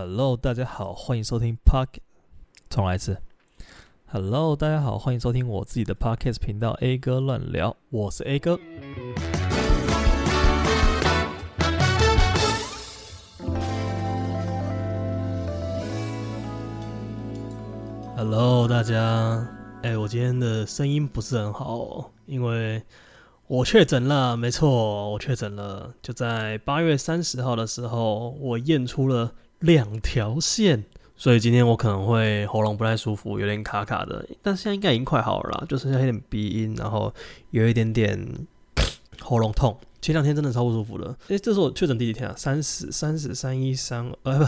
Hello， 大家好，欢迎收听 Podcast。重来一次。Hello， 大家好，欢迎收听我自己的 Podcast 频道 A 哥乱聊，我是 A 哥。Hello， 大家，我今天的声音不是很好哦，因为我确诊了，没错，我确诊了。就在8月30号的时候，我验出了2条线，所以今天我可能会喉咙不太舒服，有点卡卡的，但现在应该已经快好了啦，就剩下一点鼻音，然后有一点点喉咙痛。前2天真的超不舒服的。这是我确诊第几天啊？30、30、31、32，不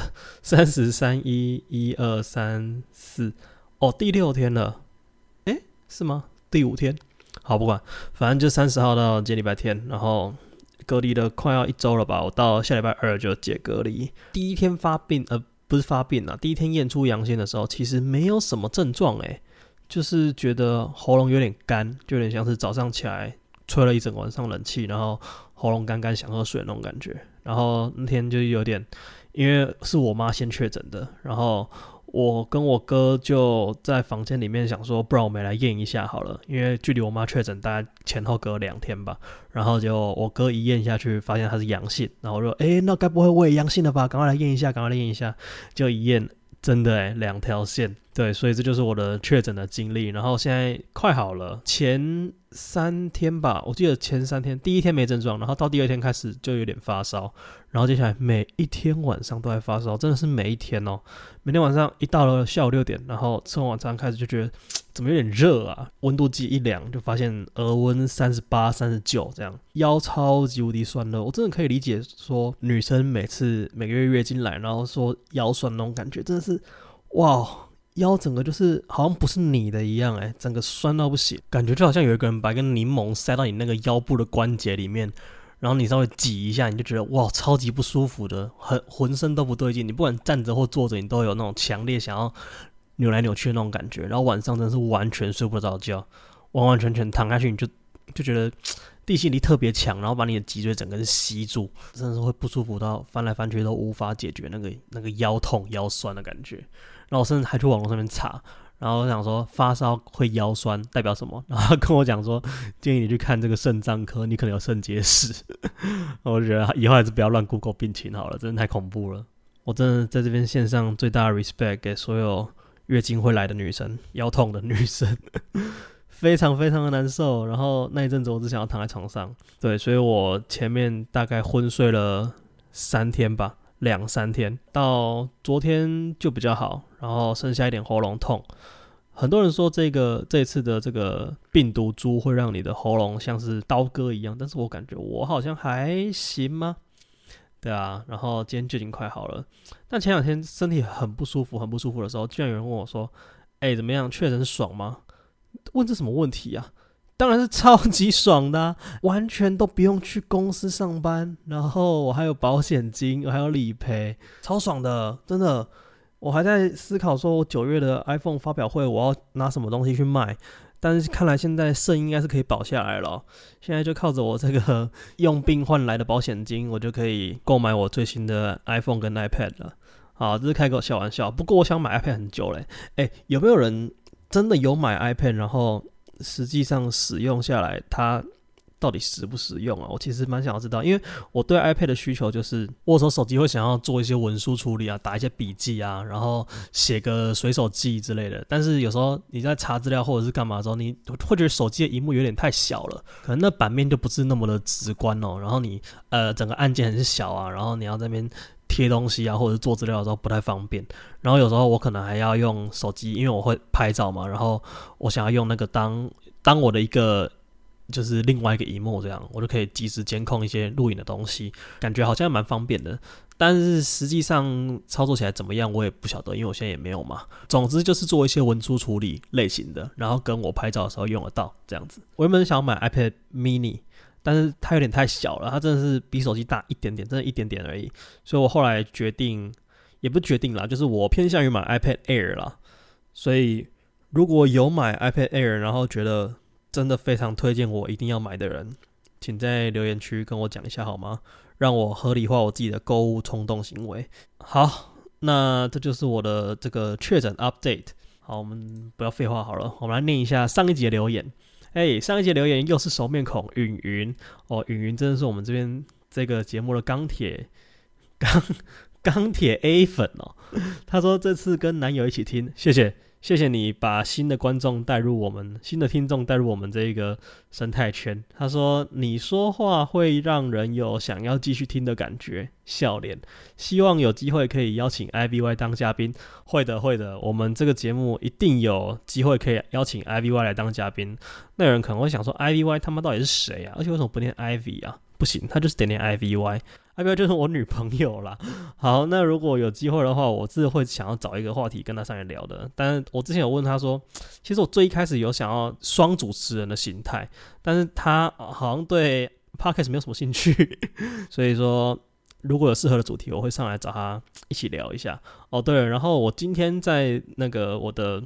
，30、31、1、2、3、4，第6天了。是吗？第5天？好，不管，反正就30号到今天礼拜天，然后隔离了快要1周了吧。我到下礼拜2就解隔离。第一天发病，不是发病啊，第一天验出阳性的时候，其实没有什么症状，就是觉得喉咙有点干，就有点像是早上起来吹了一整晚上冷气，然后喉咙干干想喝水那种感觉。然后那天就有点，因为是我妈先确诊的，然后我跟我哥就在房间里面想说，不然我们来验一下好了，因为距离我妈确诊大概前后隔2天吧。然后就我哥一验下去，发现他是阳性，然后我说，那该不会我也阳性了吧？赶快来验一下，赶快来验一下。就一验，真的2条线，对，所以这就是我的确诊的经历。然后现在快好了，前3天吧，我记得前3天，第1天没症状，然后到第2天开始就有点发烧，然后接下来每一天晚上都在发烧，真的是每一天哦。每天晚上一到了下午6点，然后吃完晚餐开始就觉得怎么有点热啊，温度计一量就发现额温38、39这样，腰超级无敌酸热。我真的可以理解说女生每个月月经来，然后说腰酸那种感觉，真的是哇，腰整个就是好像不是你的一样，整个酸到不行，感觉就好像有一个人把一个柠檬塞到你那个腰部的关节里面，然后你稍微挤一下，你就觉得哇，超级不舒服的，浑身都不对劲。你不管站着或坐着，你都有那种强烈想要扭来扭去的那种感觉。然后晚上真的是完全睡不着觉，完完全全躺下去，你就觉得地心力特别强，然后把你的脊椎整个是吸住，真的是会不舒服到翻来翻去都无法解决那个腰痛腰酸的感觉。然后我甚至还去网络上面查，然后我想说发烧会腰酸代表什么，然后他跟我讲说建议你去看这个肾脏科，你可能有肾结石。我就觉得以后还是不要乱 Google 病情好了，真的太恐怖了。我真的在这边献上最大的 respect 给所有月经会来的女生，腰痛的女生。非常非常的难受，然后那一阵子我只想要躺在床上，对，所以我前面大概昏睡了3天吧，2、3天，到昨天就比较好，然后剩下一点喉咙痛。很多人说这一次的这个病毒株会让你的喉咙像是刀割一样，但是我感觉我好像还行吗？对啊，然后今天就已经快好了，但前2天身体很不舒服的时候，居然有人问我说，怎么样，确诊爽吗？问这什么问题啊？当然是超级爽的啊，完全都不用去公司上班，然后我还有保险金，我还有理赔，超爽的，真的。我还在思考说我9月的 iPhone 发表会我要拿什么东西去卖，但是看来现在肾应该是可以保下来了，现在就靠着我这个用病换来的保险金，我就可以购买我最新的 iPhone 跟 iPad 了。好，这是开个小玩笑，不过我想买 iPad 很久了。有没有人真的有买 iPad， 然后实际上使用下来，它到底实不实用啊？我其实蛮想要知道，因为我对 iPad 的需求就是，我有时候手机会想要做一些文书处理啊，打一些笔记啊，然后写个随手记之类的。但是有时候你在查资料或者是干嘛的时候，你会觉得手机的萤幕有点太小了，可能那版面就不是那么的直观哦。然后你整个按键很小啊，然后你要在那边贴东西啊，或者是做资料的时候不太方便。然后有时候我可能还要用手机，因为我会拍照嘛，然后我想要用那个当我的一个就是另外一个萤幕，这样我就可以及时监控一些录影的东西，感觉好像蛮方便的。但是实际上操作起来怎么样，我也不晓得，因为我现在也没有嘛。总之就是做一些文书处理类型的，然后跟我拍照的时候用得到这样子。我原本想要买 iPad mini，但是它有点太小了，它真的是比手机大一点点，真的一点点而已。所以我后来决定，也不是决定啦，就是我偏向于买 iPad Air 啦。所以如果有买 iPad Air， 然后觉得真的非常推荐我一定要买的人，请在留言区跟我讲一下好吗？让我合理化我自己的购物冲动行为。好， 那这就是我的这个确诊 update。好，我们不要废话好了，我们来念一下上一集的留言。上一集的留言又是熟面孔允云哦，允云真的是我们这边这个节目的钢铁 A 粉哦。他说这次跟男友一起听，谢谢你把新的观众带入我们，新的听众带入我们这一个生态圈。他说你说话会让人有想要继续听的感觉，笑脸。希望有机会可以邀请 IVY 当嘉宾。会的，我们这个节目一定有机会可以邀请 IVY 来当嘉宾。那有人可能会想说 IVY 他妈到底是谁啊？而且为什么不念 Ivy 啊？不行，他就是得念 IVY。IVY 就是我女朋友啦。好，那如果有机会的话，我自会想要找一个话题跟他上来聊的。但是我之前有问他说，其实我最一开始有想要双主持人的形态，但是他好像对 Podcast 没有什么兴趣，所以说如果有适合的主题，我会上来找他一起聊一下。哦，对了，然后我今天在那个我的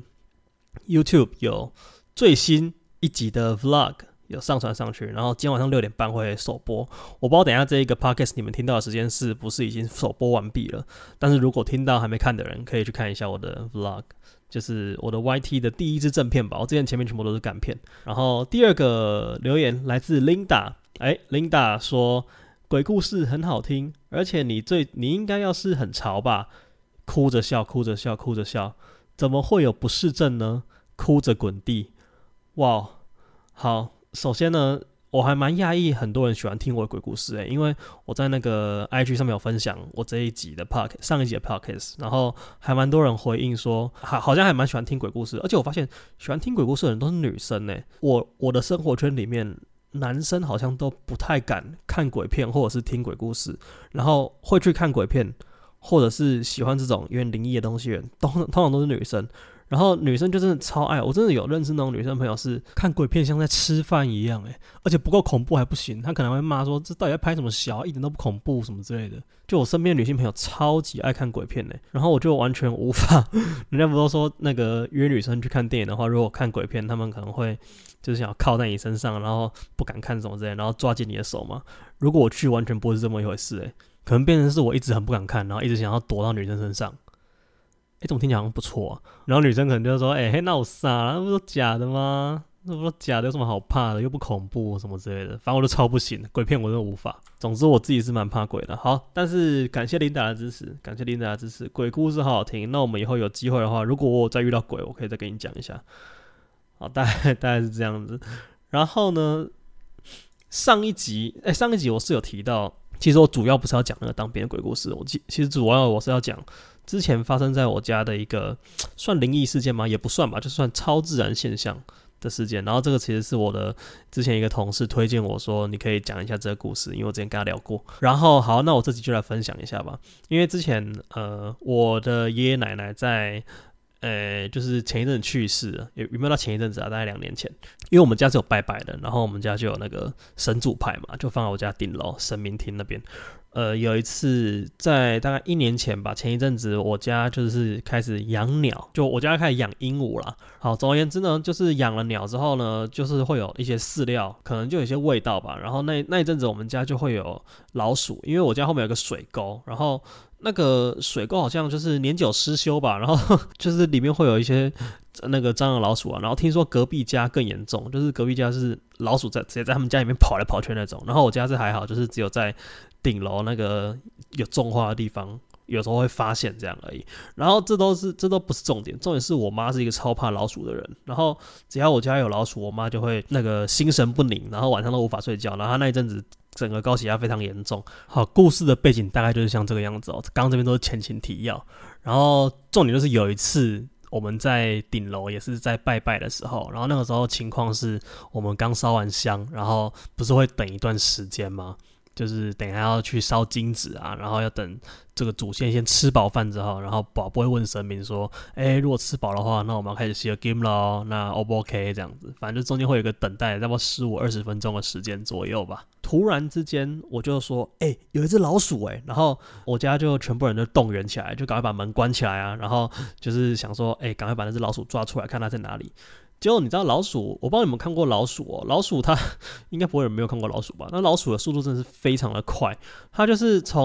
YouTube 有最新一集的 Vlog。有上传上去，然后今天晚上6点半会首播。我不知道等一下这一个 podcast 你们听到的时间是不是已经首播完毕了，但是如果听到还没看的人，可以去看一下我的 vlog， 就是我的 YT 的第一支正片吧。我之前前面全部都是干片。然后第二个留言来自 Linda，Linda 说鬼故事很好听，而且你应该要是很潮吧？哭着笑，怎么会有不适症呢？哭着滚地，哇，好。首先呢，我还蛮讶异很多人喜欢听我的鬼故事因为我在那个 IG 上面有分享我这一集的 podcast， 上一集的 podcast， 然后还蛮多人回应说好像还蛮喜欢听鬼故事，而且我发现喜欢听鬼故事的人都是女生我的生活圈里面男生好像都不太敢看鬼片或者是听鬼故事，然后会去看鬼片或者是喜欢这种有点灵异的东西的人通常都是女生。然后女生就真的超爱，我真的有认识那种女生朋友是看鬼片像在吃饭一样而且不够恐怖还不行，她可能会骂说这到底在拍什么小，一点都不恐怖什么之类的。就我身边的女性朋友超级爱看鬼片然后我就完全无法。人家不都说那个约女生去看电影的话，如果看鬼片，他们可能会就是想要靠在你身上，然后不敢看什么之类的，然后抓紧你的手嘛。如果我去，完全不会是这么一回事可能变成是我一直很不敢看，然后一直想要躲到女生身上。怎么听起来好像不错啊？然后女生可能就说：“那我傻了，那不是假的吗？那不是假的，有什么好怕的？又不恐怖什么之类的。”反正我就超不行，鬼片我真的无法。总之我自己是蛮怕鬼的。好，但是感谢琳达的支持，鬼故事好好听。那我们以后有机会的话，如果我再遇到鬼，我可以再跟你讲一下。好，大概是这样子。然后呢，上一集我是有提到，其实我主要不是要讲那个当兵的鬼故事，其实主要我是要讲之前发生在我家的一个算灵异事件吗？也不算吧，就算超自然现象的事件。然后这个其实是我的之前一个同事推荐我说你可以讲一下这个故事，因为我之前跟他聊过。然后好，那我这集就来分享一下吧。因为之前我的爷爷奶奶在就是前一阵子去世了，有没有到前一阵子啊？大概2年前。因为我们家是有拜拜的，然后我们家就有那个神主牌嘛，就放在我家顶楼神明厅那边。有一次在大概1年前吧，前一阵子我家就是开始养鸟，就我家开始养鹦鹉啦。好，总而言之呢，就是养了鸟之后呢，就是会有一些饲料，可能就有一些味道吧。然后那一阵子我们家就会有老鼠，因为我家后面有个水沟，然后那个水沟好像就是年久失修吧，然后就是里面会有一些那个蟑螂老鼠啊。然后听说隔壁家更严重，就是隔壁家是老鼠直接在他们家里面跑来跑去那种。然后我家是还好，就是只有在顶楼那个有种花的地方，有时候会发现这样而已。然后这都不是重点，重点是我妈是一个超怕老鼠的人。然后只要我家有老鼠，我妈就会那个心神不宁，然后晚上都无法睡觉。然后她那一阵子整个高血压非常严重。好，故事的背景大概就是像这个样子刚刚这边都是前情提要。然后重点就是有一次我们在顶楼也是在拜拜的时候，然后那个时候情况是我们刚烧完香，然后不是会等一段时间吗？就是等一下要去烧金纸啊，然后要等这个祖先先吃饱饭之后，然后宝不会问神明说，如果吃饱的话，那我们要开始洗个 game 咯，那 O 不 OK 这样子，反正就中间会有一个等待，差不多15-20分钟的时间左右吧。突然之间我就说，有一只老鼠然后我家就全部人就动员起来，就赶快把门关起来啊，然后就是想说，赶快把那只老鼠抓出来，看它在哪里。结果你知道老鼠，我不知道你们看过老鼠老鼠它应该不会有人没有看过老鼠吧？那老鼠的速度真的是非常的快，它就是从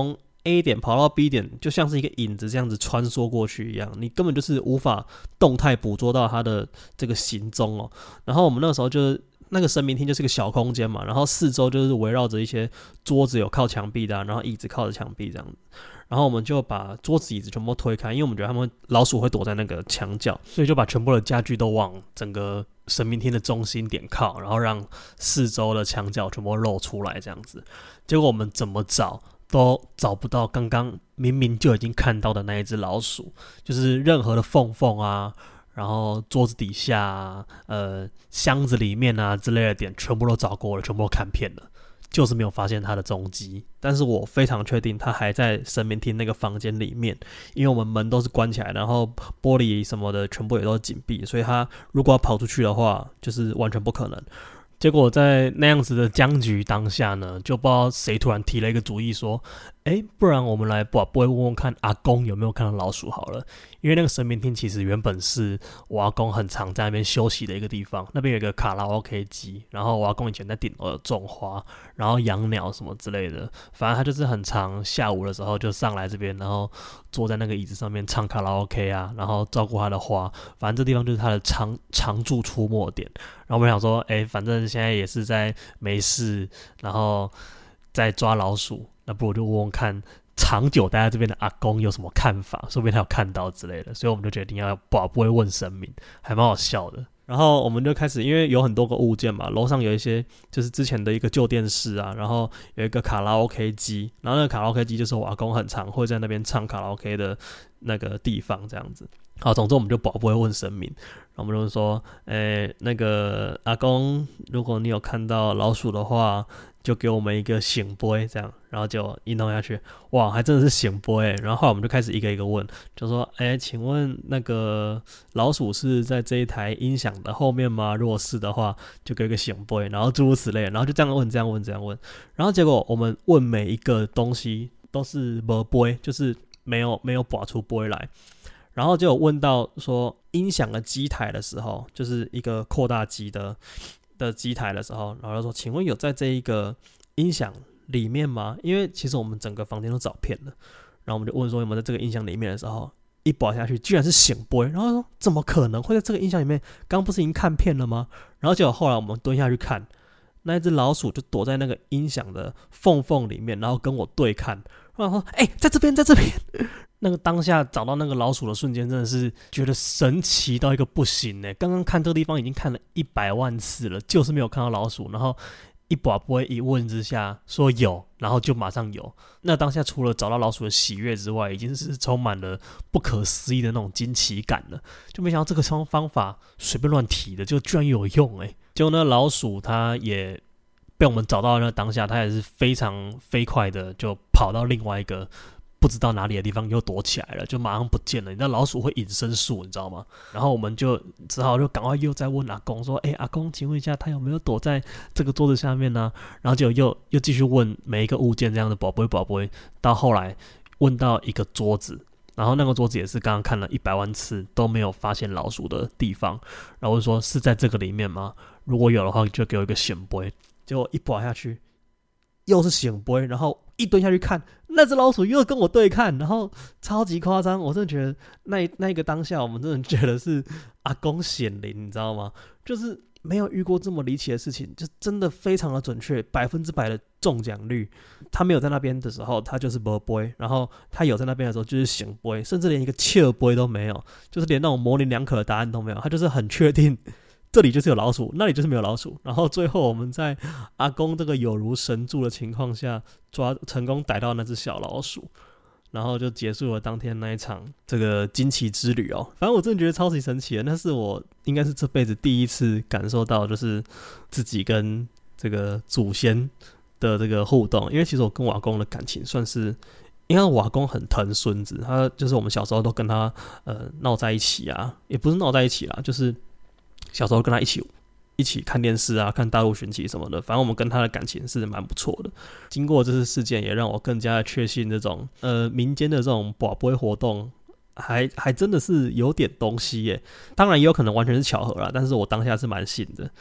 A 点跑到 B 点，就像是一个影子这样子穿梭过去一样，你根本就是无法动态捕捉到它的这个行踪哦。然后我们那个时候就是那个神明厅就是个小空间嘛，然后四周就是围绕着一些桌子有靠墙壁的然后椅子靠着墙壁这样子。然后我们就把桌子椅子全部推开，因为我们觉得他们老鼠会躲在那个墙角，所以就把全部的家具都往整个神明厅的中心点靠，然后让四周的墙角全部露出来这样子。结果我们怎么找都找不到刚刚明明就已经看到的那一只老鼠，就是任何的缝缝啊，然后桌子底下啊、箱子里面啊之类的点，全部都找过了，全部都看遍了。就是没有发现他的踪迹，但是我非常确定他还在神明厅那个房间里面，因为我们门都是关起来，然后玻璃什么的全部也都是紧闭，所以他如果要跑出去的话，就是完全不可能。结果在那样子的僵局当下呢，就不知道谁突然提了一个主意说，不然我们来不会问问看阿公有没有看到老鼠好了。因为那个神明厅其实原本是我阿公很常在那边休息的一个地方，那边有一个卡拉 OK 机，然后我阿公以前在顶楼有种花，然后养鸟什么之类的，反正他就是很常下午的时候就上来这边，然后坐在那个椅子上面唱卡拉 OK 啊，然后照顾他的花，反正这地方就是他的常驻出没点。然后我们想说，反正现在也是在没事，然后在抓老鼠，那不如就问问看长久待在这边的阿公有什么看法，说不定他有看到之类的，所以我们就决定要不会问神明，还蛮好笑的。然后我们就开始，因为有很多个物件嘛，楼上有一些就是之前的一个旧电视啊，然后有一个卡拉 OK 机，然后那个卡拉 OK 机就是我阿公很常会在那边唱卡拉 OK 的那个地方这样子。好，总之我们就不会问神明，然后我们就说，那个阿公，如果你有看到老鼠的话，就给我们一个醒杯这样，然后就一弄下去，哇，还真的是醒杯。然后后来我们就开始一个一个问，就说，请问那个老鼠是在这一台音响的后面吗？如果是的话，就给一个醒杯，然后诸如此类，然后就这样问，这样问，这样问，然后结果我们问每一个东西都是没杯，就是没有拔出杯来。然后就有问到说音响的机台的时候，就是一个扩大机的机台的时候，然后就说，请问有在这一个音响里面吗？因为其实我们整个房间都找遍了，然后我们就问说有没有在这个音响里面的时候，一拔下去居然是醒杯，然后说怎么可能会在这个音响里面？刚不是已经看遍了吗？然后结果后来我们蹲下去看，那一只老鼠就躲在那个音响的缝里面，然后跟我对看，然后说在这边，在这边。那个当下找到那个老鼠的瞬间，真的是觉得神奇到一个不行欸。刚刚看这个地方已经看了100万次了，就是没有看到老鼠，然后一把不会一问之下说有，然后就马上有。那当下除了找到老鼠的喜悦之外，已经是充满了不可思议的那种惊奇感了。就没想到这个方法随便乱提的，就居然有用欸。结果那老鼠它也被我们找到的那当下，它也是非常飞快的就跑到另外一个不知道哪里的地方又躲起来了，就马上不见了。你知道老鼠会隐身术，你知道吗？然后我们就只好就赶快又再问阿公说，阿公，请问一下，他有没有躲在这个桌子下面呢？然后就又继续问每一个物件这样的宝贝，到后来问到一个桌子，然后那个桌子也是刚刚看了100万次都没有发现老鼠的地方，然后就说是在这个里面吗？如果有的话，就给我一个显杯。结果一拔下去，又是显杯，然后一蹲下去看，那只老鼠又跟我对看，然后超级夸张。我真的觉得那一个当下，我们真的觉得是阿公显灵，你知道吗？就是没有遇过这么离奇的事情，就真的非常的准确，100%的中奖率。他没有在那边的时候，他就是没杯，然后他有在那边的时候就是醒杯，甚至连一个切杯都没有，就是连那种模棱两可的答案都没有，他就是很确定这里就是有老鼠，那里就是没有老鼠。然后最后我们在阿公这个有如神助的情况下，成功逮到那只小老鼠，然后就结束了当天那一场这个惊奇之旅哦。反正我真的觉得超级神奇的，那是我应该是这辈子第一次感受到，就是自己跟这个祖先的这个互动。因为其实我跟我阿公的感情算是，因为我阿公很疼孙子，他就是我们小时候都跟他闹在一起啊，也不是闹在一起啦，就是小时候跟他一起看电视啊，看大陆寻奇什么的，反正我们跟他的感情是蛮不错的。经过这次事件，也让我更加的确信这种民间的这种拔杯活动还真的是有点东西耶。当然也有可能完全是巧合啦，但是我当下是蛮信的。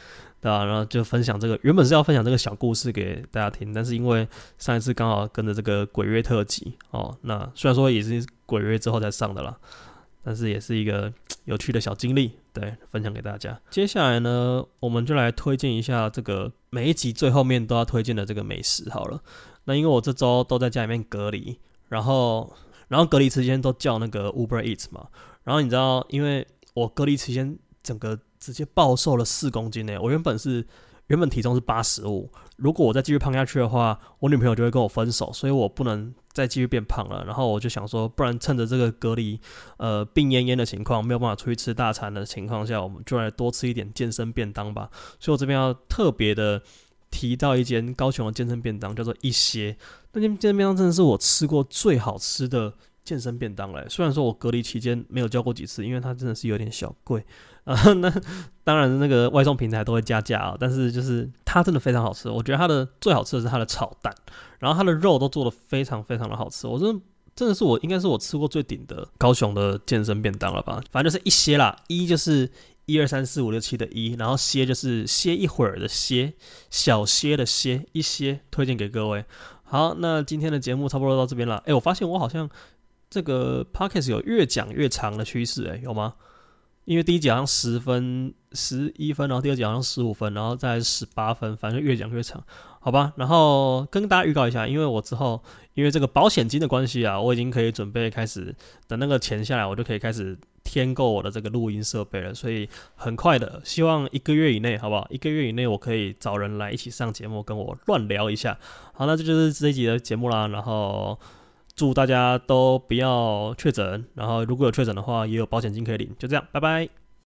对吧？然后就分享这个，原本是要分享这个小故事给大家听，但是因为上一次刚好跟着这个鬼月特辑哦，那虽然说也是鬼月之后才上的啦，但是也是一个有趣的小经历，对，分享给大家。接下来呢，我们就来推荐一下这个每一集最后面都要推荐的这个美食好了。那因为我这周都在家里面隔离，然后隔离期间都叫那个 Uber Eats 嘛，然后你知道，因为我隔离期间整个直接暴瘦了4公斤呢，我原本体重是85，如果我再继续胖下去的话，我女朋友就会跟我分手，所以我不能再继续变胖了。然后我就想说，不然趁着这个隔离，病恹恹的情况，没有办法出去吃大餐的情况下，我们就来多吃一点健身便当吧。所以我这边要特别的提到一间高雄的健身便当，叫做一些。那间健身便当真的是我吃过最好吃的健身便当了。虽然说我隔离期间没有叫过几次，因为它真的是有点小贵。那当然那个外送平台都会加价啊，但是就是它真的非常好吃。我觉得它的最好吃的是它的炒蛋，然后它的肉都做得非常非常的好吃。我真的是应该是我吃过最顶的高雄的健身便当了吧。反正就是一些啦，一就是1、2、3、4、5、6、7的一，然后歇就是歇一会儿的歇，小歇的歇，一些推荐给各位。好，那今天的节目差不多到这边了。我发现我好像这个 podcast 有越讲越长的趋势，有吗？因为第一集好像10分、11分，然后第二集好像15分，然后再来18分，反正越讲越长，好吧。然后跟大家预告一下，因为我之后因为这个保险金的关系啊，我已经可以准备开始等那个钱下来，我就可以开始添购我的这个录音设备了，所以很快的，希望1个月以内，好不好？1个月以内我可以找人来一起上节目，跟我乱聊一下。好，那这就是这一集的节目啦，然后祝大家都不要确诊，然后如果有确诊的话，也有保险金可以领。就这样，拜拜。